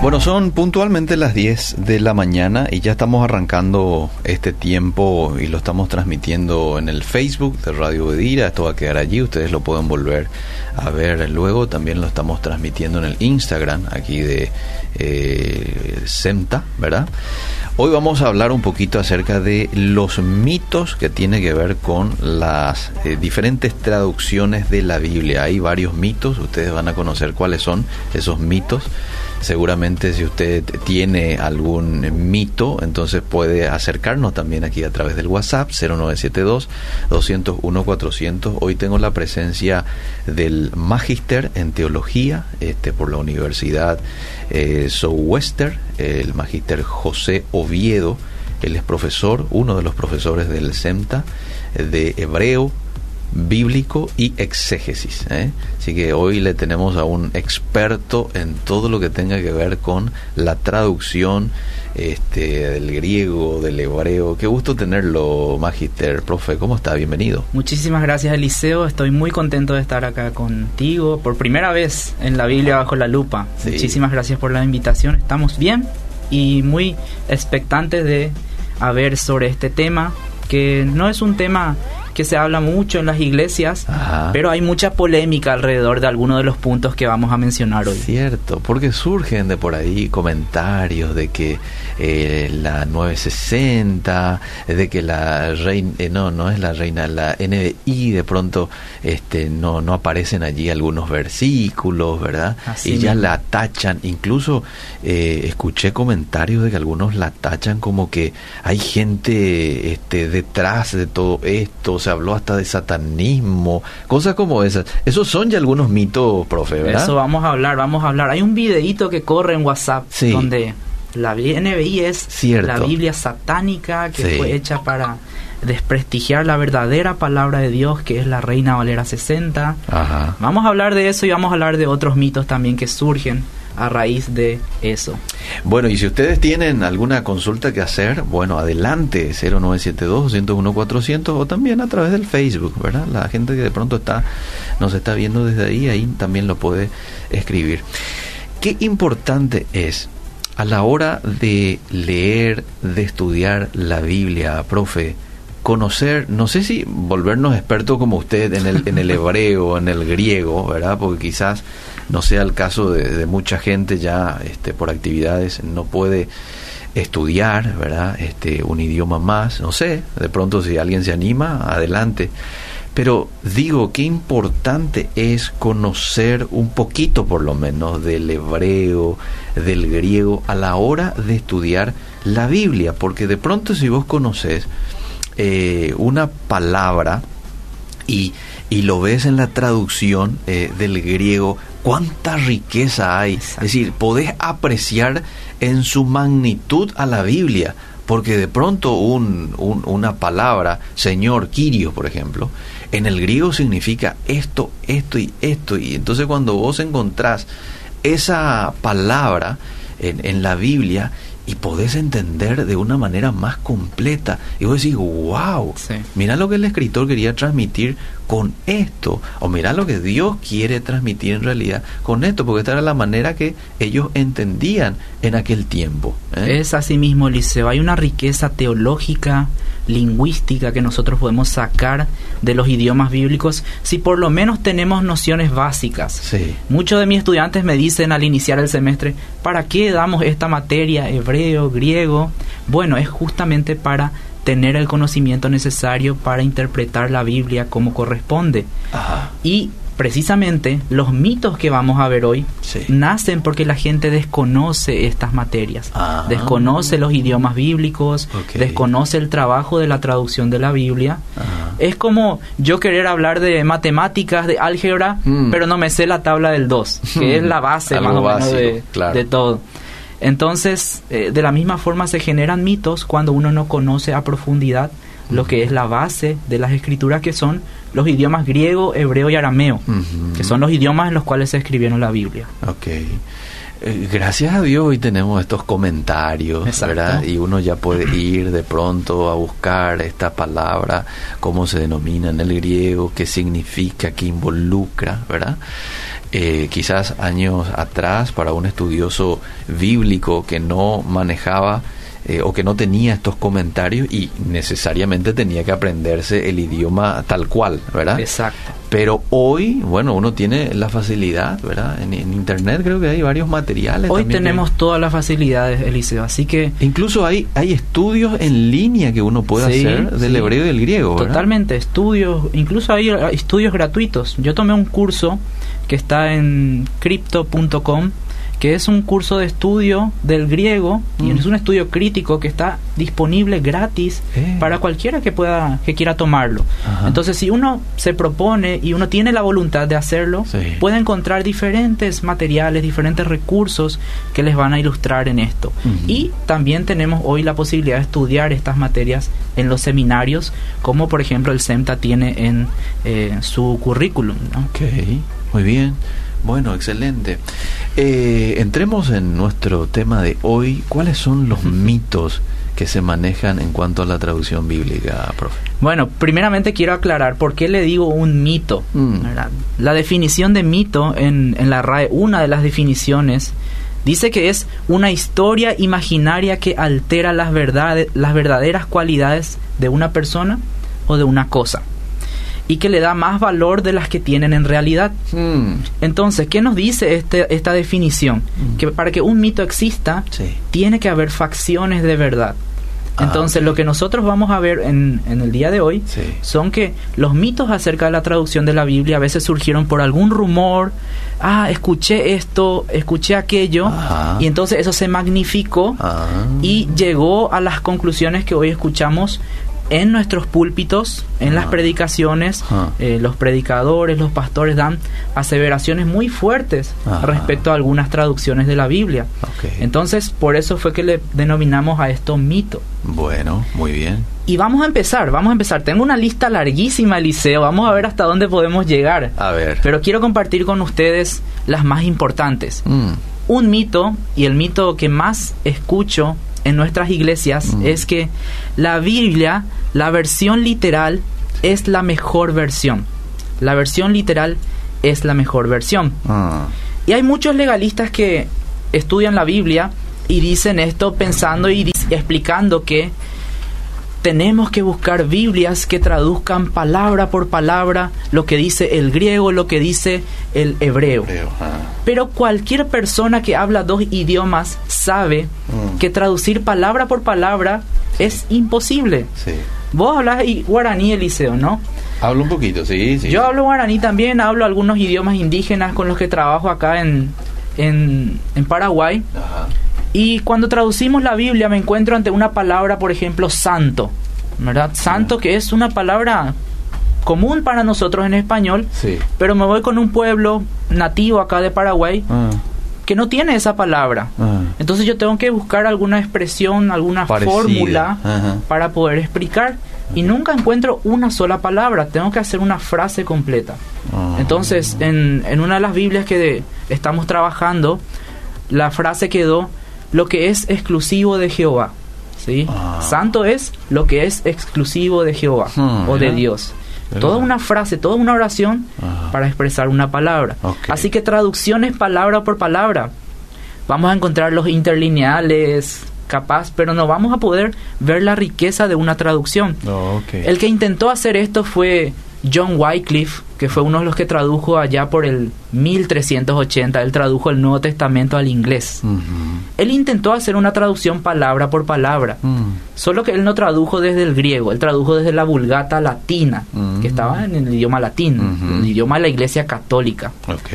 Bueno, son puntualmente las 10 de la mañana y ya estamos arrancando este tiempo y lo estamos transmitiendo en el Facebook de Radio Bedira. Esto va a quedar allí, ustedes lo pueden volver a ver luego. También lo estamos transmitiendo en el Instagram aquí de SEMTA, ¿verdad? Hoy vamos a hablar un poquito acerca de los mitos que tiene que ver con las diferentes traducciones de la Biblia. Hay varios mitos, ustedes van a conocer cuáles son esos mitos. Seguramente si usted tiene algún mito, entonces puede acercarnos también aquí a través del WhatsApp 0972-201-400. Hoy tengo la presencia del Magíster en Teología por la Universidad Southwestern, el Magíster José Oviedo. Él es profesor, uno de los profesores del SEMTA de Hebreo, Bíblico y Exégesis, Así que hoy le tenemos a un experto en todo lo que tenga que ver con la traducción del griego, del hebreo. Qué gusto tenerlo, Magíster. Profe, ¿cómo está? Bienvenido. Muchísimas gracias, Eliseo. Estoy muy contento de estar acá contigo por primera vez en la Biblia bajo la lupa. Sí. Muchísimas gracias por la invitación. Estamos bien y muy expectantes de ver sobre este tema, que no es un tema que se habla mucho en las iglesias, pero hay mucha polémica alrededor de algunos de los puntos que vamos a mencionar hoy. Cierto, porque surgen de por ahí comentarios de que la 960, de que la reina, no es la reina, la NBI de pronto no aparecen allí algunos versículos, ¿verdad? Así y ya mismo la tachan, incluso escuché comentarios de que algunos la tachan como que hay gente detrás de todo esto. Se habló hasta de satanismo, cosas como esas. Esos son ya algunos mitos, profe, ¿verdad? Eso vamos a hablar. Hay un videíto que corre en WhatsApp, sí, donde la NBI es cierto, la Biblia satánica que sí fue hecha para desprestigiar la verdadera palabra de Dios, que es la Reina Valera 60. Ajá. Vamos a hablar de eso y vamos a hablar de otros mitos también que surgen a raíz de eso. Bueno, y si ustedes tienen alguna consulta que hacer, bueno, adelante, 0972-201-400 o también a través del Facebook, ¿verdad? La gente que de pronto nos está viendo desde ahí también lo puede escribir. Qué importante es a la hora de leer, de estudiar la Biblia, profe, conocer, no sé si volvernos expertos como usted en el hebreo, en el griego, ¿verdad? Porque quizás no sea el caso de mucha gente ya por actividades no puede estudiar, ¿verdad? Un idioma más, no sé, de pronto si alguien se anima, adelante. Pero digo, qué importante es conocer un poquito por lo menos del hebreo, del griego a la hora de estudiar la Biblia, porque de pronto si vos conocés una palabra y lo ves en la traducción del griego, cuánta riqueza hay. Exacto. Es decir, podés apreciar en su magnitud a la Biblia, porque de pronto una palabra, Señor, Kyrios, por ejemplo, en el griego significa esto, esto y esto, y entonces cuando vos encontrás esa palabra en la Biblia y podés entender de una manera más completa, y vos decís, wow, sí, mira lo que el escritor quería transmitir con esto, o mira lo que Dios quiere transmitir en realidad con esto, porque esta era la manera que ellos entendían en aquel tiempo. Es así mismo, Eliseo, hay una riqueza teológica, lingüística que nosotros podemos sacar de los idiomas bíblicos si por lo menos tenemos nociones básicas. Sí. Muchos de mis estudiantes me dicen al iniciar el semestre, ¿para qué damos esta materia, hebreo, griego? Bueno, es justamente para tener el conocimiento necesario para interpretar la Biblia como corresponde. Ajá. Y precisamente los mitos que vamos a ver hoy sí nacen porque la gente desconoce estas materias, desconoce los idiomas bíblicos, desconoce el trabajo de la traducción de la Biblia. Es como yo querer hablar de matemáticas, de álgebra, pero no me sé la tabla del 2, que es la base más o menos de todo. Entonces, de la misma forma se generan mitos cuando uno no conoce a profundidad lo que es la base de las escrituras, que son los idiomas griego, hebreo y arameo, que son los idiomas en los cuales se escribieron la Biblia. Okay. Gracias a Dios hoy tenemos estos comentarios, exacto, ¿verdad? Y uno ya puede ir de pronto a buscar esta palabra, cómo se denomina en el griego, qué significa, qué involucra, ¿verdad? Quizás años atrás, para un estudioso bíblico que no manejaba o que no tenía estos comentarios y necesariamente tenía que aprenderse el idioma tal cual, ¿verdad? Exacto. Pero hoy, bueno, uno tiene la facilidad, ¿verdad? En internet creo que hay varios materiales. Hoy tenemos todas las facilidades, Eliseo, así que... Incluso hay estudios en línea que uno puede hacer del hebreo y del griego, ¿verdad? Totalmente, estudios, incluso hay estudios gratuitos. Yo tomé un curso que está en crypto.com, que es un curso de estudio del griego y es un estudio crítico que está disponible gratis para cualquiera que quiera tomarlo. Ajá. Entonces, si uno se propone y uno tiene la voluntad de hacerlo, puede encontrar diferentes materiales, diferentes recursos que les van a ilustrar en esto. Y también tenemos hoy la posibilidad de estudiar estas materias en los seminarios, como por ejemplo el SEMTA tiene en su currículum, ¿no? Ok, muy bien. Bueno, excelente. Entremos en nuestro tema de hoy. ¿Cuáles son los mitos que se manejan en cuanto a la traducción bíblica, profe? Bueno, primeramente quiero aclarar por qué le digo un mito. La definición de mito en la RAE, una de las definiciones, dice que es una historia imaginaria que altera las verdaderas cualidades de una persona o de una cosa, y que le da más valor de las que tienen en realidad. Entonces, ¿qué nos dice esta definición? Que para que un mito exista, tiene que haber facciones de verdad. Entonces, lo que nosotros vamos a ver en el día de hoy son que los mitos acerca de la traducción de la Biblia a veces surgieron por algún rumor. Escuché esto, escuché aquello, y entonces eso se magnificó y llegó a las conclusiones que hoy escuchamos en nuestros púlpitos, en las predicaciones. Los predicadores, los pastores dan aseveraciones muy fuertes respecto a algunas traducciones de la Biblia. Entonces, por eso fue que le denominamos a esto mito. Bueno, muy bien. Y vamos a empezar. Tengo una lista larguísima, Eliseo. Vamos a ver hasta dónde podemos llegar. A ver. Pero quiero compartir con ustedes las más importantes. Un mito, y el mito que más escucho en nuestras iglesias, es que la Biblia, la versión literal, es la mejor versión. La versión literal es la mejor versión. Y hay muchos legalistas que estudian la Biblia y dicen esto pensando y explicando que tenemos que buscar Biblias que traduzcan palabra por palabra lo que dice el griego, lo que dice el hebreo. Pero cualquier persona que habla dos idiomas sabe que traducir palabra por palabra es imposible. Vos hablas guaraní, Eliseo, ¿no? Hablo un poquito, sí. Yo hablo guaraní también, hablo algunos idiomas indígenas con los que trabajo acá en Paraguay. Y cuando traducimos la Biblia me encuentro ante una palabra, por ejemplo, santo, ¿verdad? Santo, que es una palabra común para nosotros en español, pero me voy con un pueblo nativo acá de Paraguay que no tiene esa palabra. Entonces yo tengo que buscar alguna expresión, alguna fórmula para poder explicar, y nunca encuentro una sola palabra, tengo que hacer una frase completa. Entonces, en una de las Biblias que estamos trabajando, la frase quedó: lo que es exclusivo de Jehová. ¿Sí? Santo es lo que es exclusivo de Jehová o de Dios. Toda una frase, toda una oración para expresar una palabra. Así que traducciones palabra por palabra. Vamos a encontrar los interlineales, capaz, pero no vamos a poder ver la riqueza de una traducción. El que intentó hacer esto fue John Wycliffe, que fue uno de los que tradujo allá por el 1380. Él tradujo el Nuevo Testamento al inglés. Él intentó hacer una traducción palabra por palabra, solo que él no tradujo desde el griego, él tradujo desde la Vulgata latina, que estaba en el idioma latín, el idioma de la Iglesia Católica.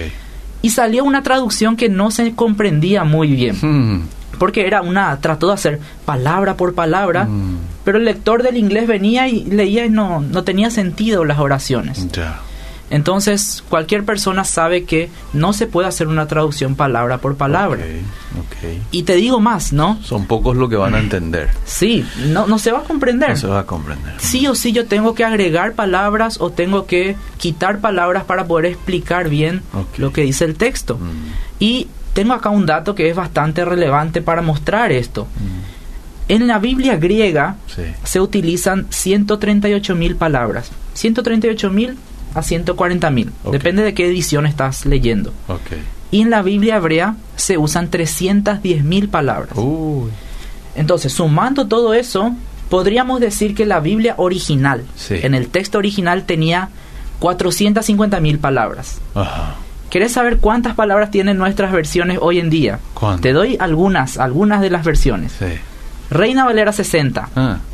Y salió una traducción que no se comprendía muy bien, porque trató de hacer palabra por palabra, pero el lector del inglés venía y leía y no tenía sentido las oraciones. Entonces, cualquier persona sabe que no se puede hacer una traducción palabra por palabra. Y te digo más, ¿no? Son pocos los que van a entender. Sí, no se va a comprender. No se va a comprender. Sí o sí yo tengo que agregar palabras o tengo que quitar palabras para poder explicar bien lo que dice el texto. Y tengo acá un dato que es bastante relevante para mostrar esto. En la Biblia griega se utilizan 138.000 palabras. 138.000 a 140.000. Depende de qué edición estás leyendo. Y en la Biblia hebrea se usan 310.000 palabras. Entonces, sumando todo eso, podríamos decir que la Biblia original, en el texto original, tenía 450.000 palabras. ¿Querés saber cuántas palabras tienen nuestras versiones hoy en día? ¿Cuánto? Te doy algunas de las versiones. Reina Valera 60,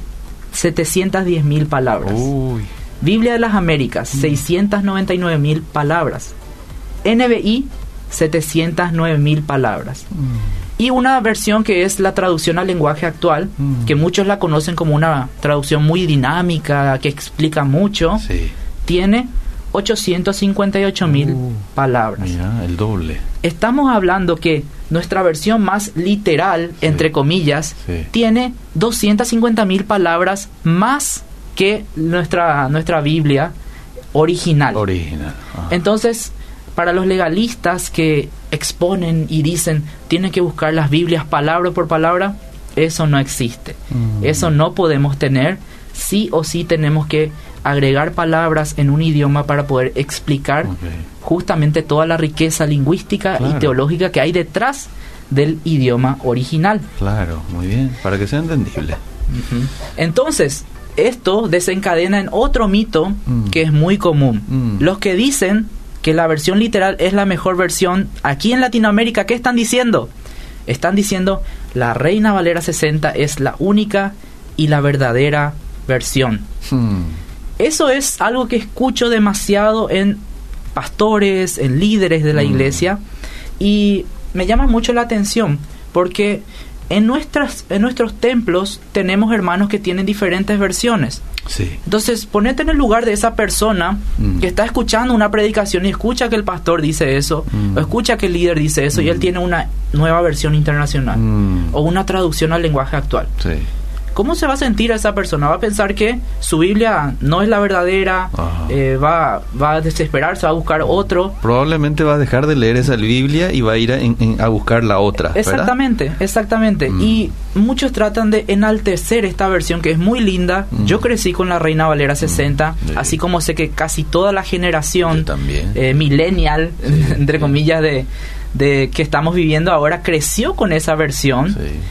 710.000 palabras. Biblia de las Américas, 699.000 palabras. NBI, 709.000 palabras. Y una versión que es la traducción al lenguaje actual, que muchos la conocen como una traducción muy dinámica, que explica mucho, tiene 858.000 palabras. Mira, el doble. Estamos hablando que nuestra versión más literal, entre comillas, tiene 250.000 palabras más que nuestra Biblia original. Entonces, para los legalistas que exponen y dicen tienen que buscar las Biblias palabra por palabra, eso no existe. Eso no podemos tener. Sí o sí tenemos que agregar palabras en un idioma para poder explicar justamente toda la riqueza lingüística y teológica que hay detrás del idioma original. Claro, muy bien, para que sea entendible. Entonces, esto desencadena en otro mito que es muy común. Los que dicen que la versión literal es la mejor versión, aquí en Latinoamérica, ¿qué están diciendo? Están diciendo la Reina Valera 60 es la única y la verdadera versión. Eso es algo que escucho demasiado en pastores, en líderes de la iglesia, y me llama mucho la atención porque en nuestros templos tenemos hermanos que tienen diferentes versiones. Entonces, ponete en el lugar de esa persona que está escuchando una predicación y escucha que el pastor dice eso, o escucha que el líder dice eso, y él tiene una nueva versión internacional o una traducción al lenguaje actual. ¿Cómo se va a sentir esa persona? Va a pensar que su Biblia no es la verdadera, va a desesperarse, va a buscar otro. Probablemente va a dejar de leer esa Biblia y va a ir a buscar la otra, ¿verdad? Exactamente. Y muchos tratan de enaltecer esta versión que es muy linda. Yo crecí con la Reina Valera 60, así como sé que casi toda la generación millennial, entre comillas, de que estamos viviendo ahora, creció con esa versión.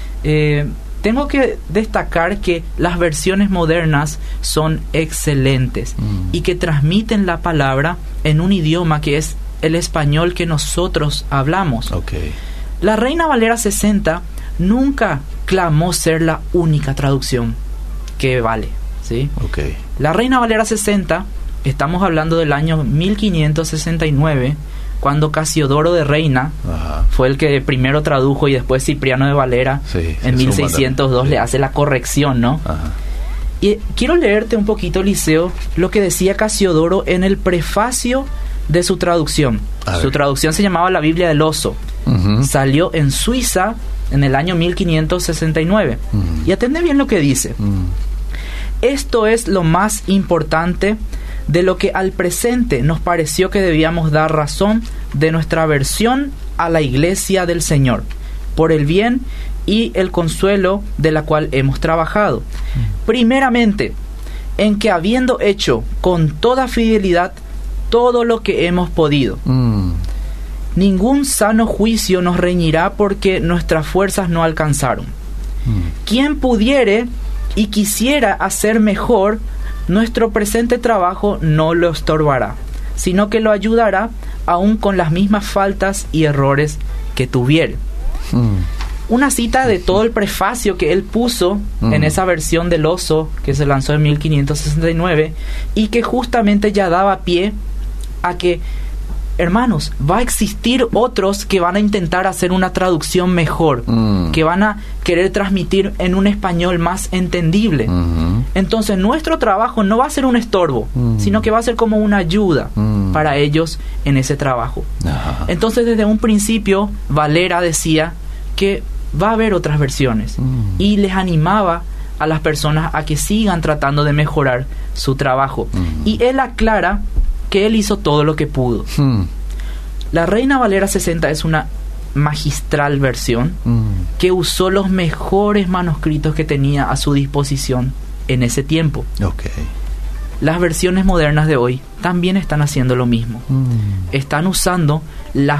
Tengo que destacar que las versiones modernas son excelentes y que transmiten la palabra en un idioma que es el español que nosotros hablamos. La Reina Valera 60 nunca clamó ser la única traducción que vale, ¿sí? La Reina Valera 60, estamos hablando del año 1569, cuando Casiodoro de Reina fue el que primero tradujo, y después Cipriano de Valera en 1602 le hace la corrección, ¿no? Y quiero leerte un poquito, Eliseo, lo que decía Casiodoro en el prefacio de su traducción. Su traducción se llamaba La Biblia del Oso. Salió en Suiza en el año 1569. Y atende bien lo que dice. Esto es lo más importante de lo que al presente nos pareció que debíamos dar razón de nuestra aversión a la Iglesia del Señor, por el bien y el consuelo de la cual hemos trabajado. Primeramente, en que habiendo hecho con toda fidelidad todo lo que hemos podido, ningún sano juicio nos reñirá porque nuestras fuerzas no alcanzaron. Quien pudiere y quisiera hacer mejor, nuestro presente trabajo no lo estorbará, sino que lo ayudará aún con las mismas faltas y errores que tuviere. Una cita de todo el prefacio que él puso en esa versión del Oso que se lanzó en 1569 y que justamente ya daba pie a que, hermanos, va a existir otros que van a intentar hacer una traducción mejor, que van a querer transmitir en un español más entendible. Entonces nuestro trabajo no va a ser un estorbo, sino que va a ser como una ayuda para ellos en ese trabajo. Entonces desde un principio Valera decía que va a haber otras versiones y les animaba a las personas a que sigan tratando de mejorar su trabajo. Y él aclara que él hizo todo lo que pudo. La Reina Valera 60 es una magistral versión que usó los mejores manuscritos que tenía a su disposición en ese tiempo. Okay. Las versiones modernas de hoy también están haciendo lo mismo. Están usando los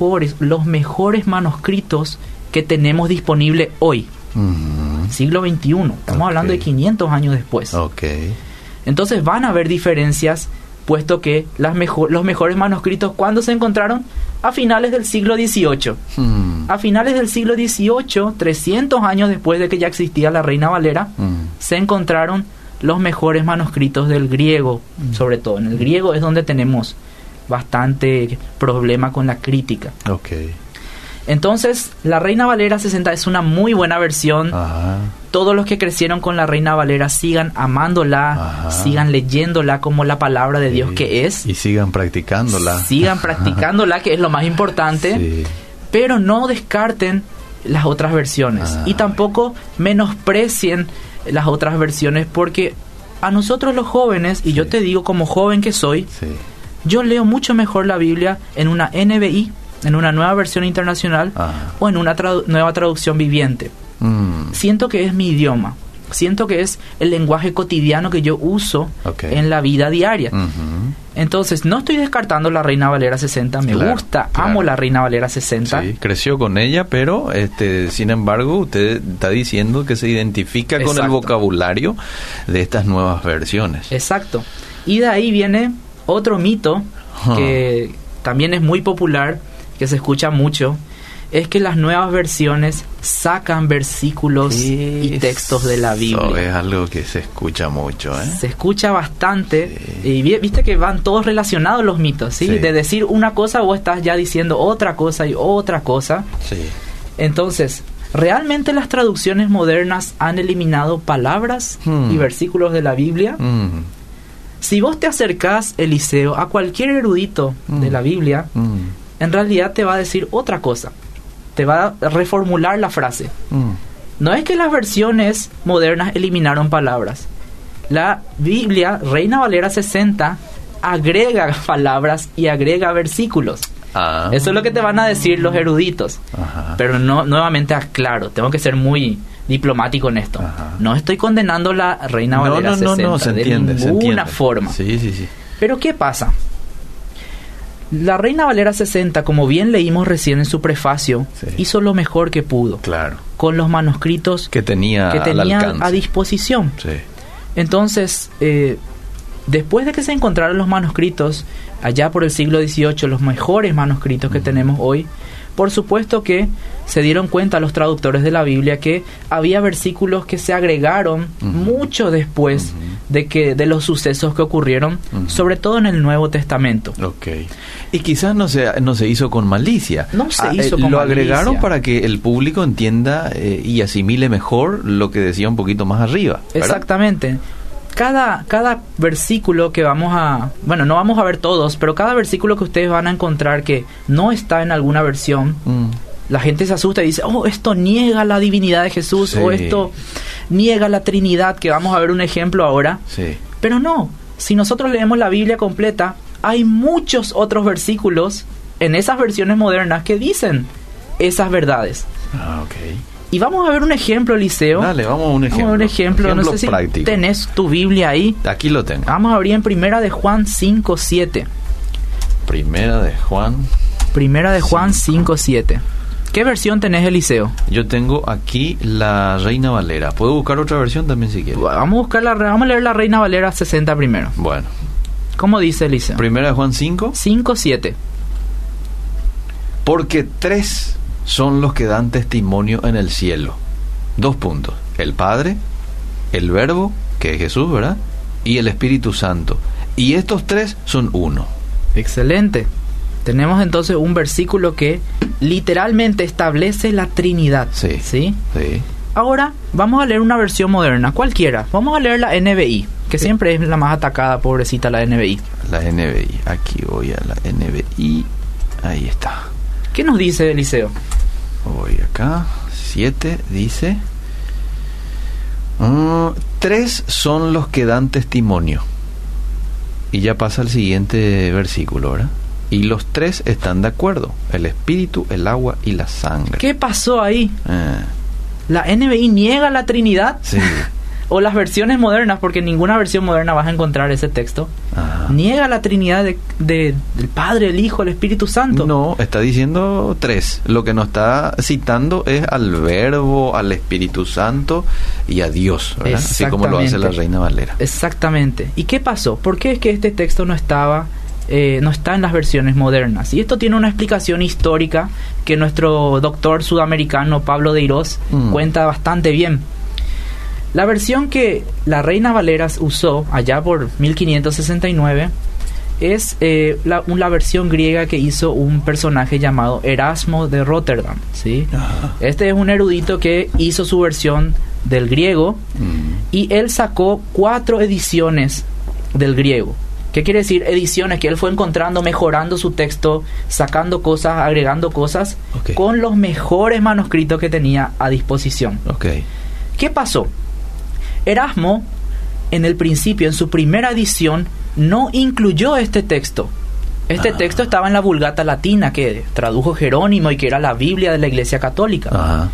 mejores manuscritos que tenemos disponible hoy. Siglo XXI. Estamos hablando de 500 años después. Okay. Entonces van a haber diferencias, puesto que los mejores manuscritos, ¿cuándo se encontraron? A finales del siglo XVIII. A finales del siglo XVIII, 300 años después de que ya existía la Reina Valera, se encontraron los mejores manuscritos del griego, sobre todo. En el griego es donde tenemos bastante problema con la crítica. Okay. Entonces, la Reina Valera 60 es una muy buena versión. Ajá. Todos los que crecieron con la Reina Valera sigan amándola, sigan leyéndola como la palabra de Dios que es. Y sigan practicándola. Sigan practicándola, que es lo más importante. Sí. Pero no descarten las otras versiones. Y tampoco menosprecien las otras versiones, porque a nosotros los jóvenes, y yo te digo como joven que soy, yo leo mucho mejor la Biblia en una NBI, en una nueva versión internacional, o en una nueva traducción viviente. Siento que es mi idioma, siento que es el lenguaje cotidiano que yo uso en la vida diaria. Entonces, no estoy descartando la Reina Valera 60, me gusta, amo la Reina Valera 60. Sí, creció con ella, pero sin embargo, usted está diciendo que se identifica con el vocabulario de estas nuevas versiones. Exacto. Y de ahí viene otro mito que también es muy popular, que se escucha mucho, es que las nuevas versiones sacan versículos y textos de la Biblia. Eso es algo que se escucha mucho, ¿eh? Se escucha bastante. Y viste que van todos relacionados los mitos, ¿sí? De decir una cosa, vos estás ya diciendo otra cosa y otra cosa. Sí. Entonces, ¿realmente las traducciones modernas han eliminado palabras y versículos de la Biblia? Si vos te acercás, Eliseo, a cualquier erudito de la Biblia, en realidad te va a decir otra cosa. Te va a reformular la frase. No es que las versiones modernas eliminaron palabras. La Biblia, Reina Valera 60, agrega palabras y agrega versículos. Eso es lo que te van a decir los eruditos. Pero no, nuevamente aclaro, tengo que ser muy diplomático en esto. No estoy condenando la Reina Valera 60 se entiende, de ninguna forma. Sí. Pero ¿qué pasa? La Reina Valera 60, como bien leímos recién en su prefacio, hizo lo mejor que pudo. Claro. Con los manuscritos que tenía a disposición. Sí. Entonces, después de que se encontraron los manuscritos, allá por el siglo XVIII, los mejores manuscritos que tenemos hoy, por supuesto que se dieron cuenta los traductores de la Biblia que había versículos que se agregaron mucho después de los sucesos que ocurrieron, sobre todo en el Nuevo Testamento. Y quizás no se hizo con malicia. No se hizo con malicia. Lo agregaron para que el público entienda y asimile mejor lo que decía un poquito más arriba, ¿verdad? Exactamente. Cada versículo que vamos a... Bueno, no vamos a ver todos, pero cada versículo que ustedes van a encontrar que no está en alguna versión, la gente se asusta y dice, esto niega la divinidad de Jesús, o esto niega la Trinidad, que vamos a ver un ejemplo ahora. Sí. Pero no, si nosotros leemos la Biblia completa, hay muchos otros versículos en esas versiones modernas que dicen esas verdades. Y vamos a ver un ejemplo, Eliseo. Dale, vamos a un ejemplo. No sé si práctico. ¿Tenés tu Biblia ahí? Aquí lo tengo. Vamos a abrir en Primera de Juan 5:7. Primera de Juan 5:7. ¿Qué versión tenés, Eliseo? Yo tengo aquí la Reina Valera. ¿Puedo buscar otra versión también si quieres? Vamos a leer la Reina Valera 60 primero. Bueno. ¿Cómo dice, Eliseo? Primera de Juan 5:7. Porque 3 son los que dan testimonio en el cielo. 2 puntos. El Padre, el Verbo, que es Jesús, ¿verdad? Y el Espíritu Santo. Y estos 3 son uno. Excelente. Tenemos entonces un versículo que literalmente establece la Trinidad. Sí. Ahora vamos a leer una versión moderna, cualquiera. Vamos a leer la NBI, que siempre es la más atacada, pobrecita la NBI. La NBI. Aquí voy a la NBI. Ahí está. ¿Qué nos dice, Eliseo? Voy acá. 7 dice: 3 son los que dan testimonio. Y ya pasa al siguiente versículo, ¿verdad? Y los tres están de acuerdo: el espíritu, el agua y la sangre. ¿Qué pasó ahí? ¿La NBI niega la Trinidad? Sí. O las versiones modernas, porque en ninguna versión moderna vas a encontrar ese texto. Ajá. ¿Niega la Trinidad del Padre, el Hijo, el Espíritu Santo? No, está diciendo tres. Lo que nos está citando es al Verbo, al Espíritu Santo y a Dios, ¿verdad? Así como lo hace la Reina Valera. Exactamente. ¿Y qué pasó? ¿Por qué es que este texto no está en las versiones modernas? Y esto tiene una explicación histórica que nuestro doctor sudamericano Pablo Deirós cuenta bastante bien. La versión que la Reina Valera usó allá por 1569 es la versión griega que hizo un personaje llamado Erasmo de Rotterdam, ¿sí? Este es un erudito que hizo su versión del griego y él sacó 4 ediciones del griego. ¿Qué quiere decir ediciones? Que él fue encontrando, mejorando su texto, sacando cosas, agregando cosas, con los mejores manuscritos que tenía a disposición. ¿Qué pasó? Erasmo, en el principio, en su primera edición, no incluyó este texto. Este texto estaba en la Vulgata Latina, que tradujo Jerónimo y que era la Biblia de la Iglesia Católica.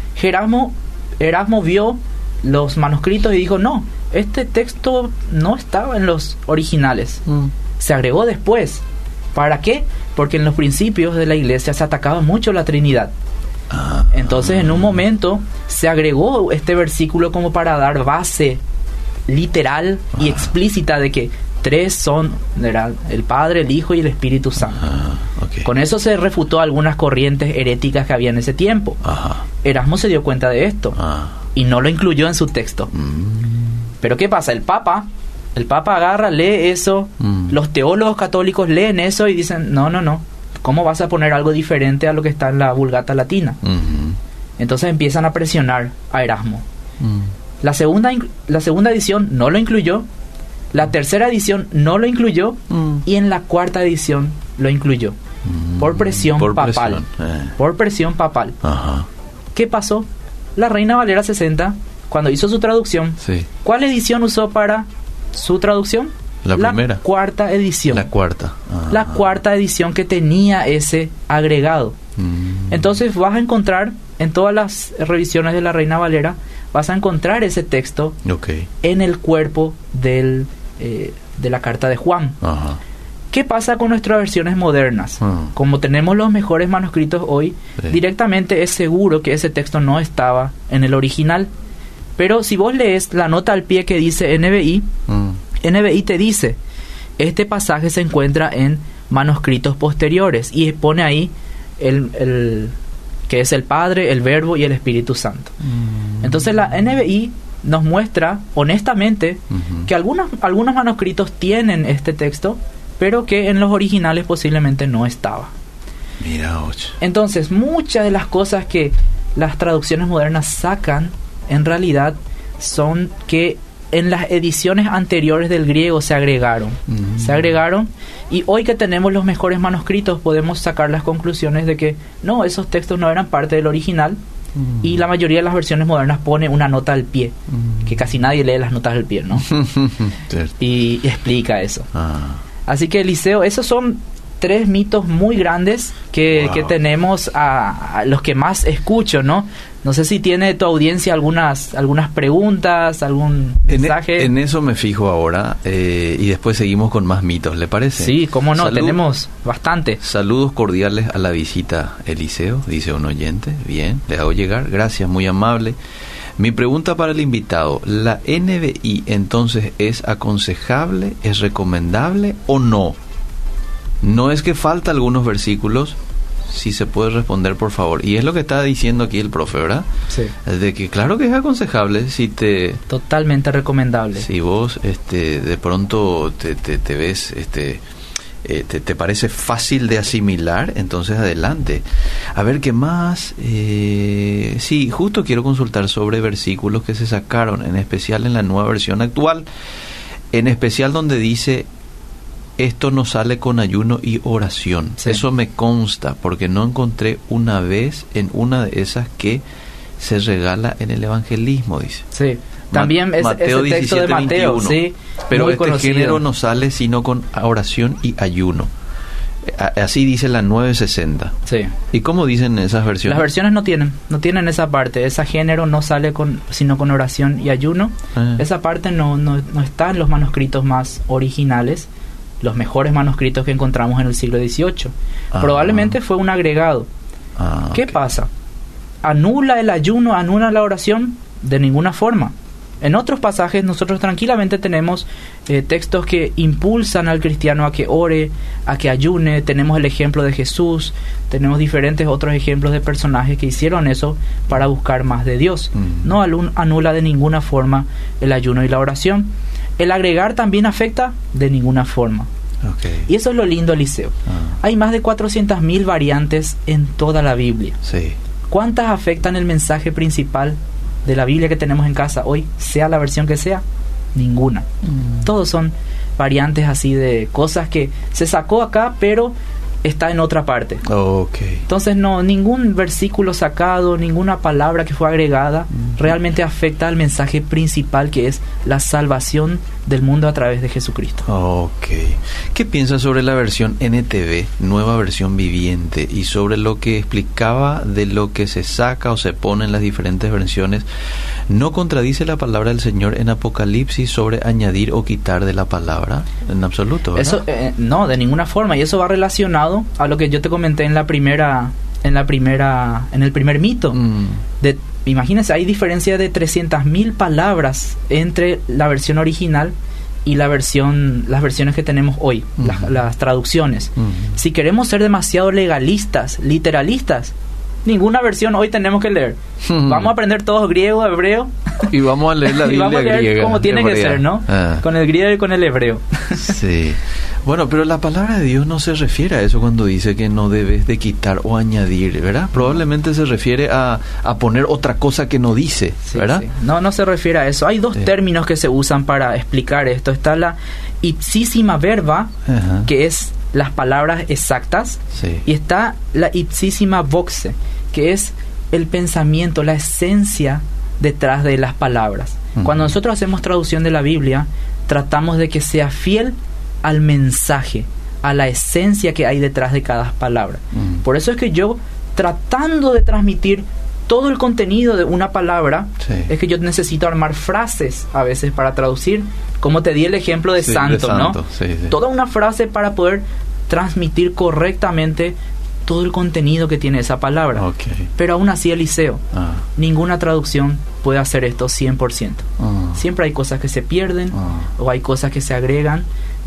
Erasmo vio los manuscritos y dijo, no, este texto no estaba en los originales. Se agregó después. ¿Para qué? Porque en los principios de la Iglesia se atacaba mucho la Trinidad. Entonces en un momento se agregó este versículo como para dar base literal y explícita de que tres son el Padre, el Hijo y el Espíritu Santo. Con eso se refutó algunas corrientes heréticas que había en ese tiempo. Erasmo se dio cuenta de esto y no lo incluyó en su texto. Pero ¿qué pasa? El Papa agarra, lee eso, los teólogos católicos leen eso y dicen, no, ¿cómo vas a poner algo diferente a lo que está en la Vulgata Latina? Entonces empiezan a presionar a Erasmo. La segunda edición no lo incluyó, la tercera edición no lo incluyó y en la cuarta edición lo incluyó. Por presión papal. Por presión papal. ¿Qué pasó? La Reina Valera 60, cuando hizo su traducción, ¿cuál edición usó para su traducción? La primera. Cuarta edición. La cuarta. La cuarta edición que tenía ese agregado. Entonces vas a encontrar en todas las revisiones de la Reina Valera, vas a encontrar ese texto en el cuerpo de la carta de Juan. ¿Qué pasa con nuestras versiones modernas? Como tenemos los mejores manuscritos hoy, directamente es seguro que ese texto no estaba en el original. Pero si vos lees la nota al pie que dice NBI, NBI te dice, este pasaje se encuentra en manuscritos posteriores y pone ahí el que es el Padre, el Verbo y el Espíritu Santo. Entonces la NBI nos muestra honestamente que algunos manuscritos tienen este texto, pero que en los originales posiblemente no estaba. Mira, entonces muchas de las cosas que las traducciones modernas sacan en realidad son que en las ediciones anteriores del griego se agregaron. Y hoy que tenemos los mejores manuscritos podemos sacar las conclusiones de que no, esos textos no eran parte del original. Y la mayoría de las versiones modernas pone una nota al pie, que casi nadie lee las notas al pie, ¿no? y explica eso. Así que, Eliseo, esos son 3 mitos muy grandes que tenemos a los que más escucho, ¿no? No sé si tiene tu audiencia algunas preguntas, algún mensaje. En eso me fijo ahora y después seguimos con más mitos, ¿le parece? Sí, cómo no, tenemos bastante. Saludos cordiales a la visita, Eliseo, dice un oyente. Bien, le hago llegar, gracias, muy amable. Mi pregunta para el invitado, ¿la NBI entonces es aconsejable, es recomendable o no? No es que falta algunos versículos, si se puede responder, por favor. Y es lo que está diciendo aquí el profe, ¿verdad? Sí. De que claro que es aconsejable si te... Totalmente recomendable. Si vos de pronto te ves... te parece fácil de asimilar, entonces adelante. A ver, ¿qué más? Sí, justo quiero consultar sobre versículos que se sacaron, en especial en la nueva versión actual, en especial donde dice... Esto no sale con ayuno y oración. Sí. Eso me consta porque no encontré una vez en una de esas que se regala en el evangelismo, dice. Sí, también es ese texto de Mateo, 21, sí, pero este conocido. Género no sale sino con oración y ayuno. Así dice la 960. Sí. ¿Y cómo dicen esas versiones? Las versiones no tienen esa parte. Ese género no sale sino con oración y ayuno. Esa parte no está en los manuscritos más originales, los mejores manuscritos que encontramos en el siglo XVIII. Probablemente fue un agregado. ¿Qué pasa? ¿Anula el ayuno, anula la oración? De ninguna forma. En otros pasajes nosotros tranquilamente tenemos textos que impulsan al cristiano a que ore, a que ayune. Tenemos el ejemplo de Jesús, tenemos diferentes otros ejemplos de personajes que hicieron eso para buscar más de Dios. No anula de ninguna forma el ayuno y la oración. El agregar también afecta de ninguna forma. Y eso es lo lindo, Eliseo. Hay más de 400.000 variantes en toda la Biblia. Sí. ¿Cuántas afectan el mensaje principal de la Biblia que tenemos en casa hoy, sea la versión que sea? Ninguna. Todos son variantes así de cosas que se sacó acá, pero está en otra parte. Entonces ningún versículo sacado, ninguna palabra que fue agregada realmente afecta al mensaje principal, que es la salvación del mundo a través de Jesucristo. ¿Qué piensas sobre la versión NTV, nueva versión viviente, y sobre lo que explicaba de lo que se saca o se pone en las diferentes versiones? ¿No contradice la palabra del Señor en Apocalipsis sobre añadir o quitar de la palabra? En absoluto, ¿verdad? Eso no, de ninguna forma. Y eso va relacionado a lo que yo te comenté en el primer mito. Imagínense, hay diferencia de 300.000 palabras entre la versión original y las versiones que tenemos hoy, las traducciones. Si queremos ser demasiado legalistas, literalistas, ninguna versión hoy tenemos que leer. Vamos a aprender todos griego, hebreo. Y vamos a leer la Biblia vamos a leer griega. Como tiene que ser, ¿no? Con el griego y con el hebreo. Sí. Bueno, pero la palabra de Dios no se refiere a eso cuando dice que no debes de quitar o añadir, ¿verdad? Probablemente se refiere a poner otra cosa que no dice, ¿verdad? Sí. No se refiere a eso. Hay dos términos que se usan para explicar esto. Está la ipsísima verba, que es las palabras exactas, y está la ipsísima voxe, que es el pensamiento, la esencia detrás de las palabras. Cuando nosotros hacemos traducción de la Biblia, tratamos de que sea fiel al mensaje, a la esencia que hay detrás de cada palabra. Por eso es que yo, tratando de transmitir todo el contenido de una palabra, es que yo necesito armar frases a veces para traducir, como te di el ejemplo de santo, ¿no? Toda una frase para poder transmitir correctamente todo el contenido que tiene esa palabra. Pero aún así, Eliseo, ninguna traducción puede hacer esto 100%. Siempre hay cosas que se pierden o hay cosas que se agregan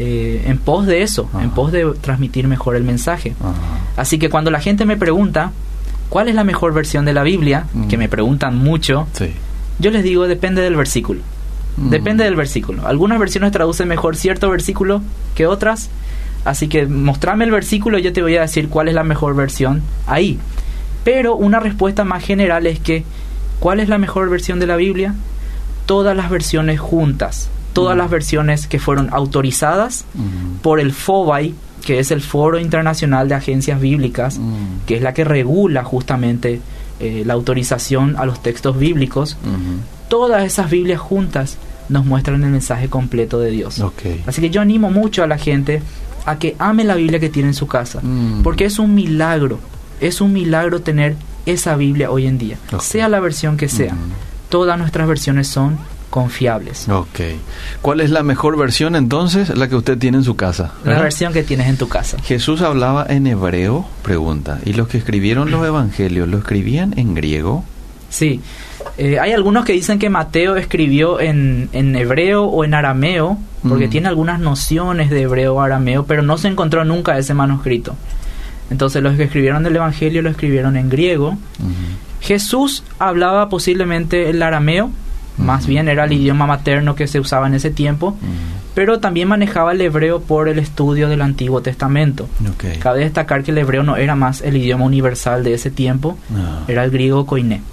en pos de eso, en pos de transmitir mejor el mensaje. Así que cuando la gente me pregunta ¿cuál es la mejor versión de la Biblia? Que me preguntan mucho, yo les digo, depende del versículo. Depende del versículo. Algunas versiones traducen mejor cierto versículo que otras. Así que mostrame el versículo y yo te voy a decir cuál es la mejor versión ahí. Pero una respuesta más general es que ¿cuál es la mejor versión de la Biblia? Todas las versiones juntas. Todas las versiones que fueron autorizadas por el FOBAI, que es el Foro Internacional de Agencias Bíblicas, que es la que regula justamente la autorización a los textos bíblicos. Todas esas Biblias juntas nos muestran el mensaje completo de Dios. Así que yo animo mucho a la gente a que ame la Biblia que tiene en su casa, porque es un milagro tener esa Biblia hoy en día, sea la versión que sea. Todas nuestras versiones son confiables. ¿Cuál es la mejor versión entonces? La que usted tiene en su casa, ¿verdad? La versión que tienes en tu casa. Jesús hablaba en hebreo, pregunta, ¿y los que escribieron los evangelios lo escribían en griego? Sí. Hay algunos que dicen que Mateo escribió en hebreo o en arameo, porque tiene algunas nociones de hebreo o arameo, pero no se encontró nunca ese manuscrito. Entonces los que escribieron el evangelio lo escribieron en griego. Jesús hablaba posiblemente el arameo, más bien era el idioma materno que se usaba en ese tiempo, pero también manejaba el hebreo por el estudio del Antiguo Testamento. Cabe destacar que el hebreo no era más el idioma universal de ese tiempo, era el griego koiné.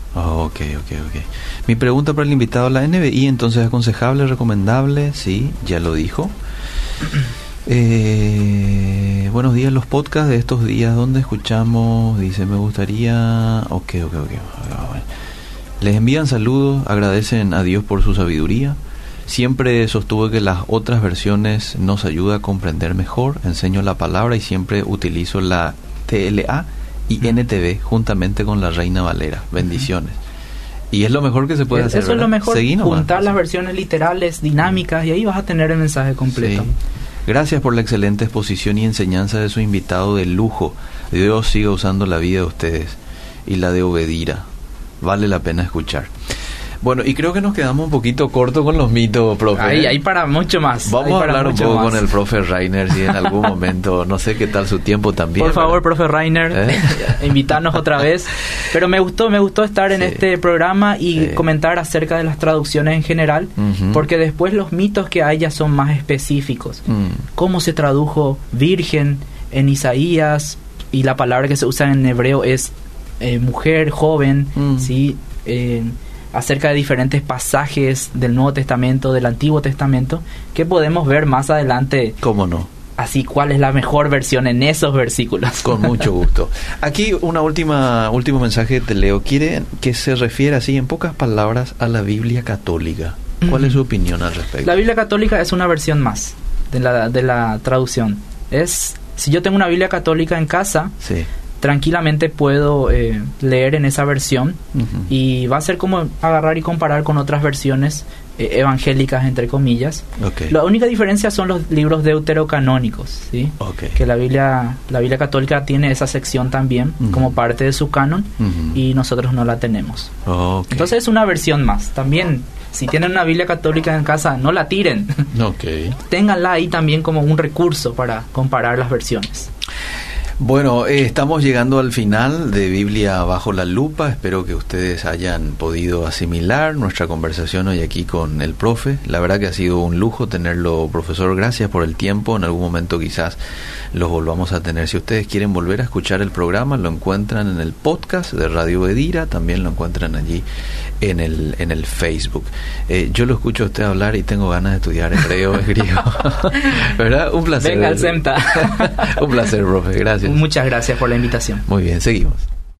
Mi pregunta para el invitado a la NBI, entonces, ¿aconsejable, recomendable? Sí, ya lo dijo. Buenos días, los podcasts de estos días, ¿dónde escuchamos? Dice, me gustaría... Les envían saludos, agradecen a Dios por su sabiduría. Siempre sostuve que las otras versiones nos ayudan a comprender mejor. Enseño la palabra y siempre utilizo la TLA y NTV juntamente con la Reina Valera. Bendiciones. Y es lo mejor que se puede hacer. Eso, ¿verdad? Es lo mejor, juntar las versiones literales, dinámicas, y ahí vas a tener el mensaje completo. Sí. Gracias por la excelente exposición y enseñanza de su invitado de lujo. Dios siga usando la vida de ustedes y la de Obedira. Vale la pena escuchar. Bueno, y creo que nos quedamos un poquito cortos con los mitos, profe. Ahí para mucho más. Vamos a hablar un poco con el profe Rainer, si en algún momento, no sé qué tal su tiempo también. Por favor, profe Rainer, invitarnos otra vez. Pero me gustó estar en este programa y comentar acerca de las traducciones en general, porque después los mitos que hay ya son más específicos. ¿Cómo se tradujo virgen en Isaías? Y la palabra que se usa en hebreo es mujer, joven, ¿sí? Acerca de diferentes pasajes del Nuevo Testamento, del Antiguo Testamento, que podemos ver más adelante. ¿Cómo no? Así, ¿cuál es la mejor versión en esos versículos? Con mucho gusto. Aquí último mensaje te leo. Quiere que se refiera así en pocas palabras a la Biblia católica. ¿Cuál es su opinión al respecto? La Biblia católica es una versión más de la traducción. Si yo tengo una Biblia católica en casa, tranquilamente puedo leer en esa versión, y va a ser como agarrar y comparar con otras versiones evangélicas, entre comillas. La única diferencia son los libros deuterocanónicos, ¿sí? Que la Biblia católica tiene esa sección también como parte de su canon, y nosotros no la tenemos. Entonces es una versión más. También, si tienen una Biblia católica en casa, no la tiren. Ténganla ahí también como un recurso para comparar las versiones. Bueno, estamos llegando al final de Biblia Bajo la Lupa. Espero que ustedes hayan podido asimilar nuestra conversación hoy aquí con el profe. La verdad que ha sido un lujo tenerlo, profesor. Gracias por el tiempo. En algún momento quizás los volvamos a tener. Si ustedes quieren volver a escuchar el programa, lo encuentran en el podcast de Radio Obedira. También lo encuentran allí en el Facebook. Yo lo escucho a usted hablar y tengo ganas de estudiar hebreo, griego. ¿Verdad? Un placer. Venga al SEMTA. Un placer, profe. Gracias. Muchas gracias por la invitación. Muy bien, seguimos.